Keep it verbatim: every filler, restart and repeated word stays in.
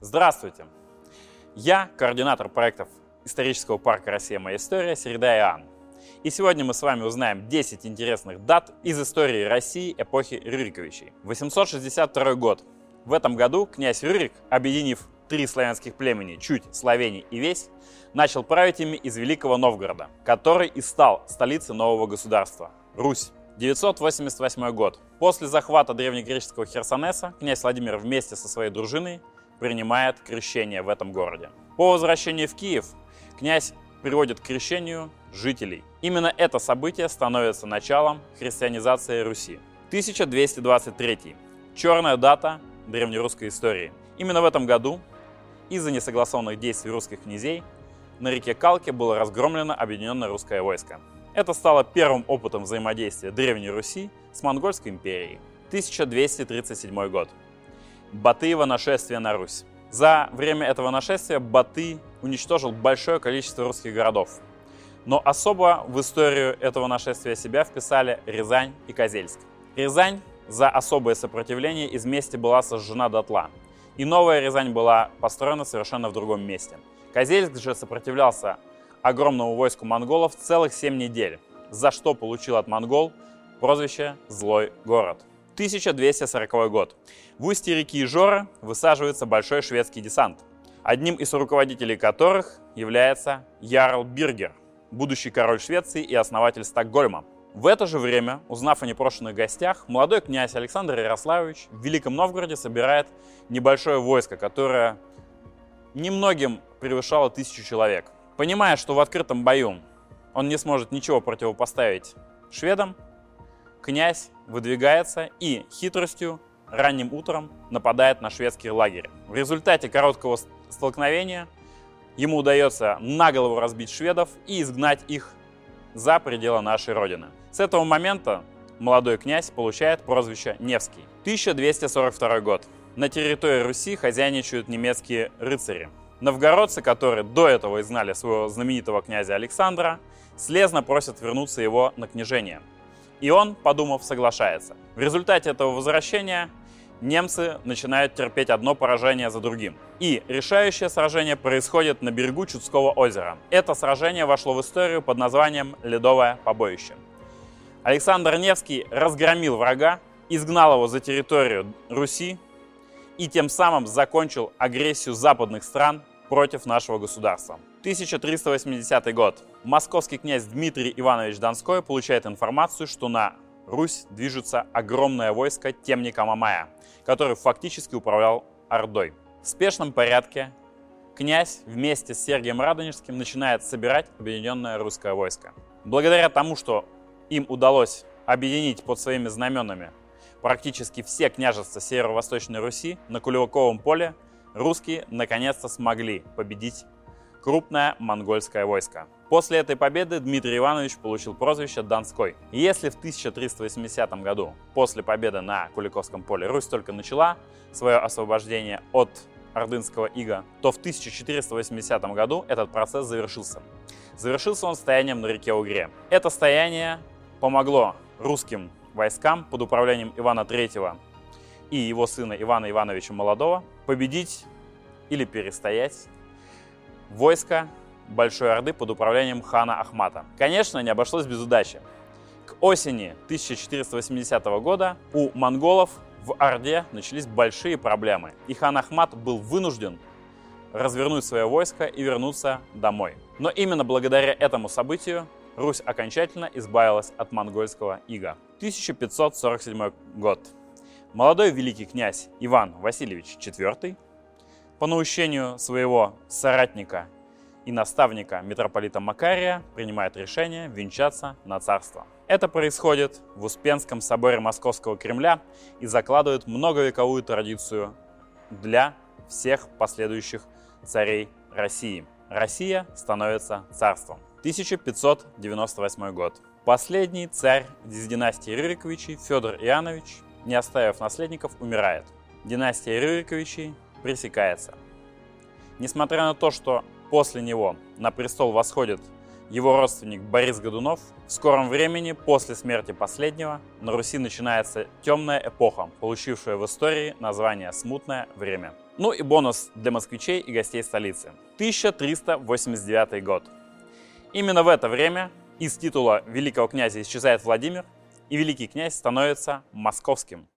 Здравствуйте! Я координатор проектов исторического парка «Россия. Моя история» Середа Иоанн. И сегодня мы с вами узнаем десять интересных дат из истории России эпохи Рюриковичей. восемьсот шестьдесят второй год. В этом году князь Рюрик, объединив три славянских племени Чуть, Словений и Весь, начал править ими из Великого Новгорода, который и стал столицей нового государства – Русь. девятьсот восемьдесят восьмой год. После захвата древнегреческого Херсонеса князь Владимир вместе со своей дружиной принимает крещение в этом городе. По возвращении в Киев князь приводит к крещению жителей. Именно это событие становится началом христианизации Руси. тысяча двести двадцать третий. Черная дата древнерусской истории. Именно в этом году из-за несогласованных действий русских князей на реке Калке было разгромлено объединенное русское войско. Это стало первым опытом взаимодействия Древней Руси с Монгольской империей. тысяча двести тридцать седьмой год. Батыево нашествие на Русь. За время этого нашествия Батый уничтожил большое количество русских городов. Но особо в историю этого нашествия себя вписали Рязань и Козельск. Рязань за особое сопротивление из мести была сожжена дотла. И новая Рязань была построена совершенно в другом месте. Козельск же сопротивлялся огромному войску монголов целых семь недель, за что получил от монгол прозвище «Злой город». тысяча двести сороковой год. В устье реки Ижора высаживается большой шведский десант, одним из руководителей которых является Ярл Биргер, будущий король Швеции и основатель Стокгольма. В это же время, узнав о непрошенных гостях, молодой князь Александр Ярославович в Великом Новгороде собирает небольшое войско, которое немногим превышало тысячу человек. Понимая, что в открытом бою он не сможет ничего противопоставить шведам, князь выдвигается и хитростью ранним утром нападает на шведский лагерь. В результате короткого столкновения ему удается наголову разбить шведов и изгнать их за пределы нашей родины. С этого момента молодой князь получает прозвище Невский. тысяча двести сорок второй год. На территории Руси хозяйничают немецкие рыцари. Новгородцы, которые до этого изгнали своего знаменитого князя Александра, слезно просят вернуться его на княжение. И он, подумав, соглашается. В результате этого возвращения немцы начинают терпеть одно поражение за другим. И решающее сражение происходит на берегу Чудского озера. Это сражение вошло в историю под названием «Ледовое побоище». Александр Невский разгромил врага, изгнал его за территорию Руси и тем самым закончил агрессию западных стран против нашего государства. тысяча триста восьмидесятый год. Московский князь Дмитрий Иванович Донской получает информацию, что на Русь движется огромное войско темника Мамая, который фактически управлял Ордой. В спешном порядке князь вместе с Сергием Радонежским начинает собирать объединенное русское войско. Благодаря тому, что им удалось объединить под своими знаменами практически все княжества Северо-Восточной Руси, на Куликовом поле русские наконец-то смогли победить крупное монгольское войско. После этой победы Дмитрий Иванович получил прозвище Донской. И если в тысяча триста восьмидесятом году, после победы на Куликовском поле, Русь только начала свое освобождение от ордынского ига, то в тысяча четыреста восьмидесятом году этот процесс завершился. Завершился он стоянием на реке Угре. Это стояние помогло русским войскам под управлением Ивана третьего и его сына Ивана Ивановича Молодого победить или перестоять войско Большой Орды под управлением хана Ахмата. Конечно, не обошлось без удачи. К осени тысяча четыреста восьмидесятого года у монголов в Орде начались большие проблемы, и хан Ахмат был вынужден развернуть свое войско и вернуться домой. Но именно благодаря этому событию Русь окончательно избавилась от монгольского ига. тысяча пятьсот сорок седьмой год. Молодой великий князь Иван Васильевич четвёртый по наущению своего соратника и наставника митрополита Макария принимает решение венчаться на царство. Это происходит в Успенском соборе Московского Кремля и закладывает многовековую традицию для всех последующих царей России. Россия становится царством. тысяча пятьсот девяносто восьмой год. Последний царь из династии Рюриковичей Федор Иоаннович, не оставив наследников, умирает. Династия Рюриковичей пресекается. Несмотря на то, что после него на престол восходит его родственник Борис Годунов. В скором времени, после смерти последнего, на Руси начинается темная эпоха, получившая в истории название «Смутное время». Ну и бонус для москвичей и гостей столицы. тысяча триста восемьдесят девятый год. Именно в это время из титула великого князя исчезает Владимир, и великий князь становится московским.